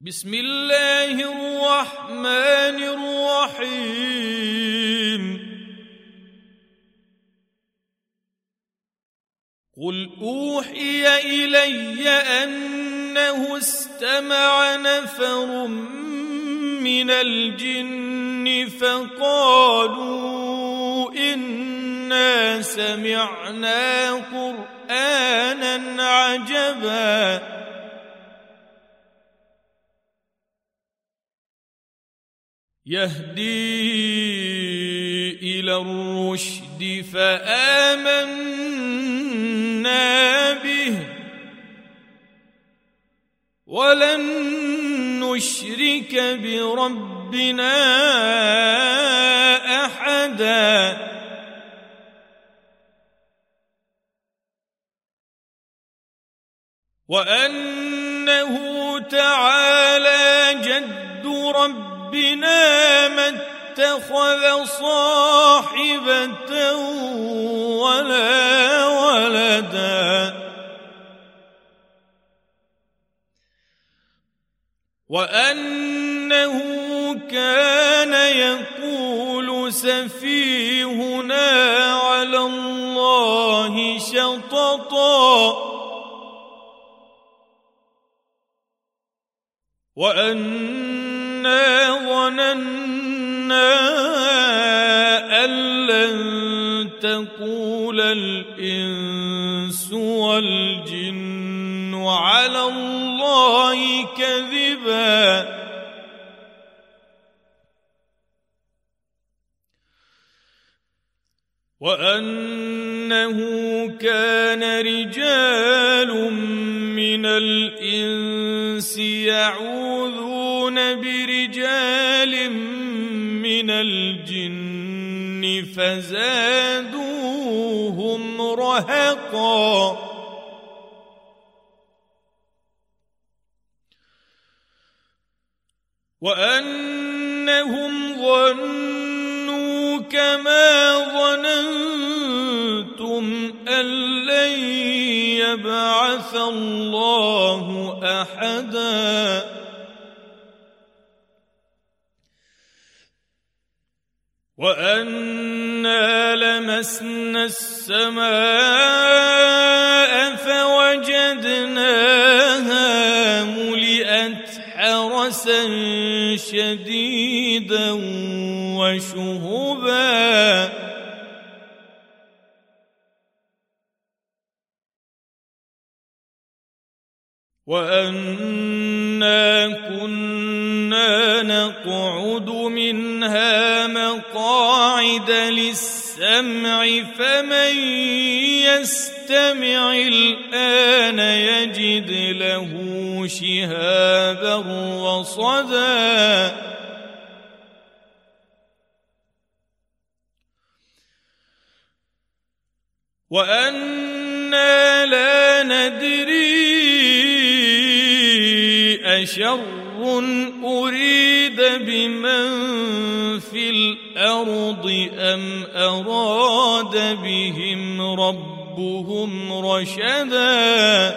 بسم الله الرحمن الرحيم قل أوحي إلي أنه استمع نفر من الجن فقالوا إنا سمعنا قرآنا عجبا يهدي إلى الرشد فآمنا به ولن نشرك بربنا أحدا وأنه تعالى جد ربنا ما اتخذ صاحبة ولا ولدا وأنه كان يقول سفيهنا على الله شططا وأنا ظننا أن لن تقول الإنس والجن على الله كذبا وأنه كان رجال من الإنس يعوذون برجال من الجن فزادوهم رهقا وأنهم ظنوا كما ظننتم أن لن يبعث الله أحدا وأنا لمسنا السماء فوجدناها ملئت حرسا شديدا وشهبا وأنا كنا نقعد منها مقاعد للسمع فمن يستمع الآن يجد له شهابا رصدا وأنا لا ندري أشر أريد بمن في الأرض أم أراد بهم ربهم رشدا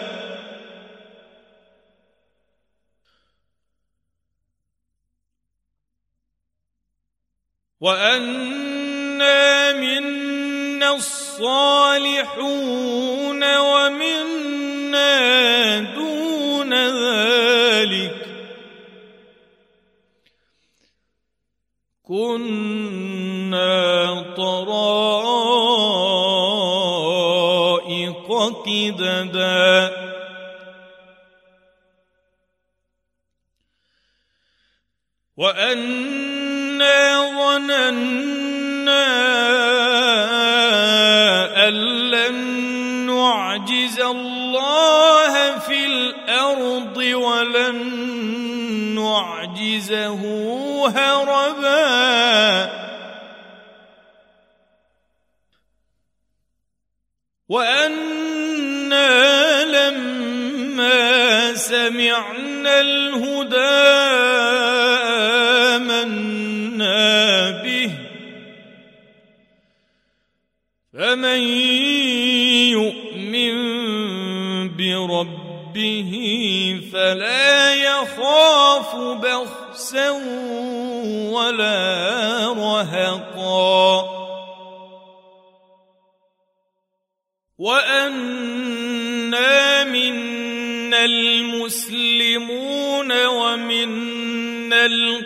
وأنا منا الصالحون ومنا دون ذلك كنا طرائق قددا وأنا ظننا أن لن نعجز الله في الأرض ولن نعجزه هربا وأنا لما سمعنا الهدى آمنا به فمن يؤمن بربه فلا يخاف يخاف بخسا ولا رهقا وأنا منا المسلمون ومنا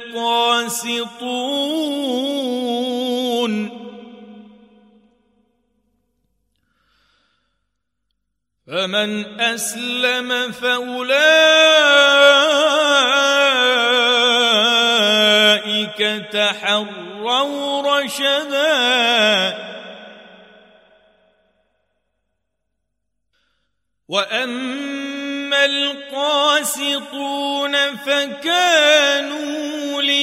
القاسطون فمن أسلم فأولئك تحروا رشدا وأما القاسطون فكانوا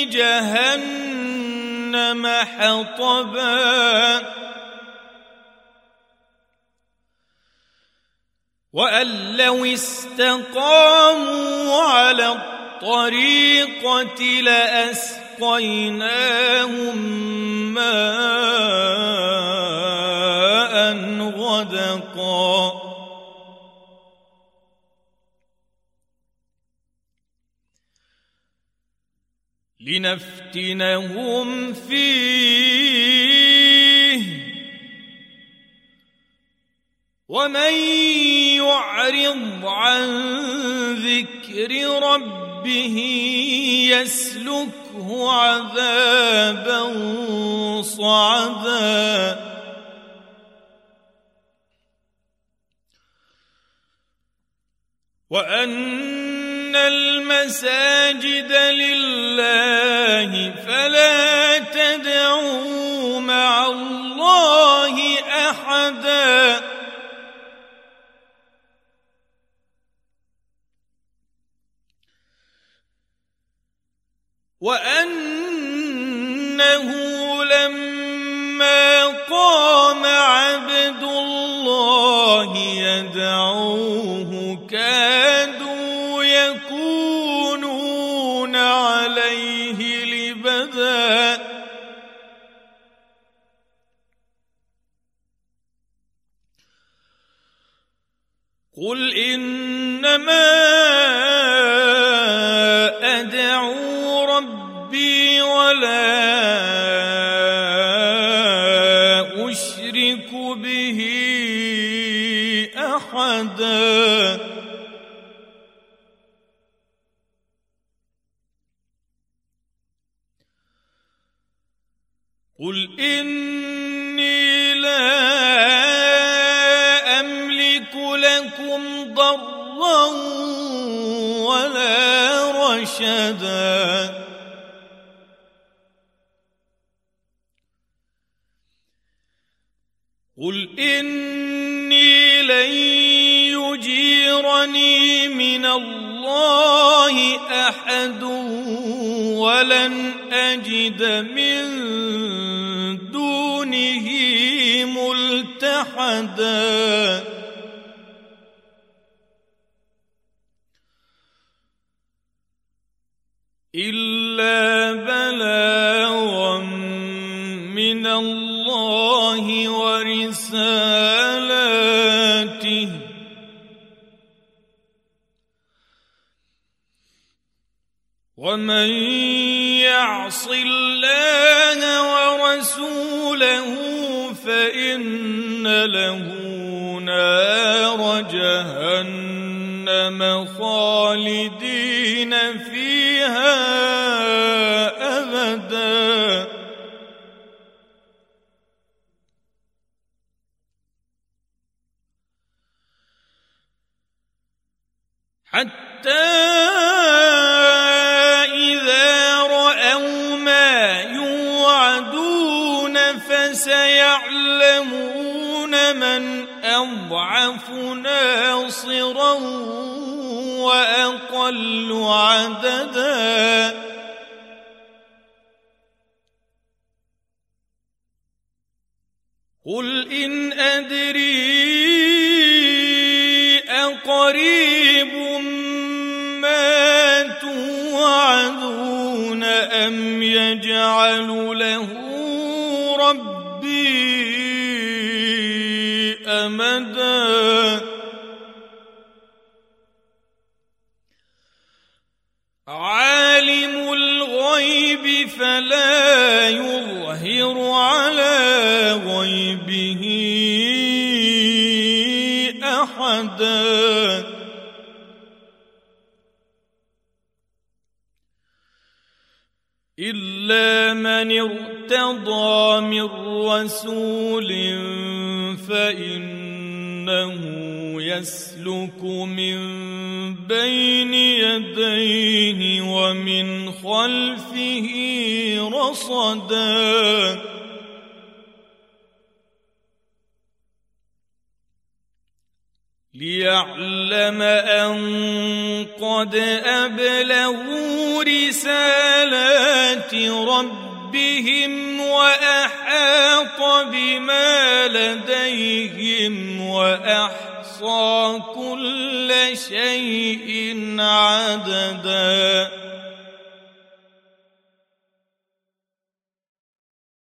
لجهنم حطبا وأن لو استقاموا على الطريقة لأسقيناهم ماء غدقا لنفتنهم فيه ومن يعرض عن ذكر ربه يسلكه عذابا صعدا وأن المساجد لله فلا تدعوا مع الله أحدا وأنه لما قام عبد الله يدعوه كادوا يكونون عليه لبدا قل إنما أدعو ربي ولا أشرك به أحدا قل إني لا أملك لكم ضرا ولا رشدا قل إني لن يجيرني من الله أحد ولن أجد من دونه ملتحدا إلا بلاغا من الله ورسالاته ومن يعص الله ورسوله فإن له نار جهنم خالدين فيها أبدا حتى إذا رأوا ما يوعدون فسيعلمون من أضعف ناصرا وأقل عددا قل إن أدري أقريب ما توعدون أم يجعل له ربي أمدا عالم فلا يظهر على غيبه أحدا إلا من ارتضى من رسول فإنه يسلك من بين يديه ومن خلفه رصدا ليعلم أن قد أبلغوا رسالات ربهم وأحاط بما لديهم وأحصى كل شيء عددا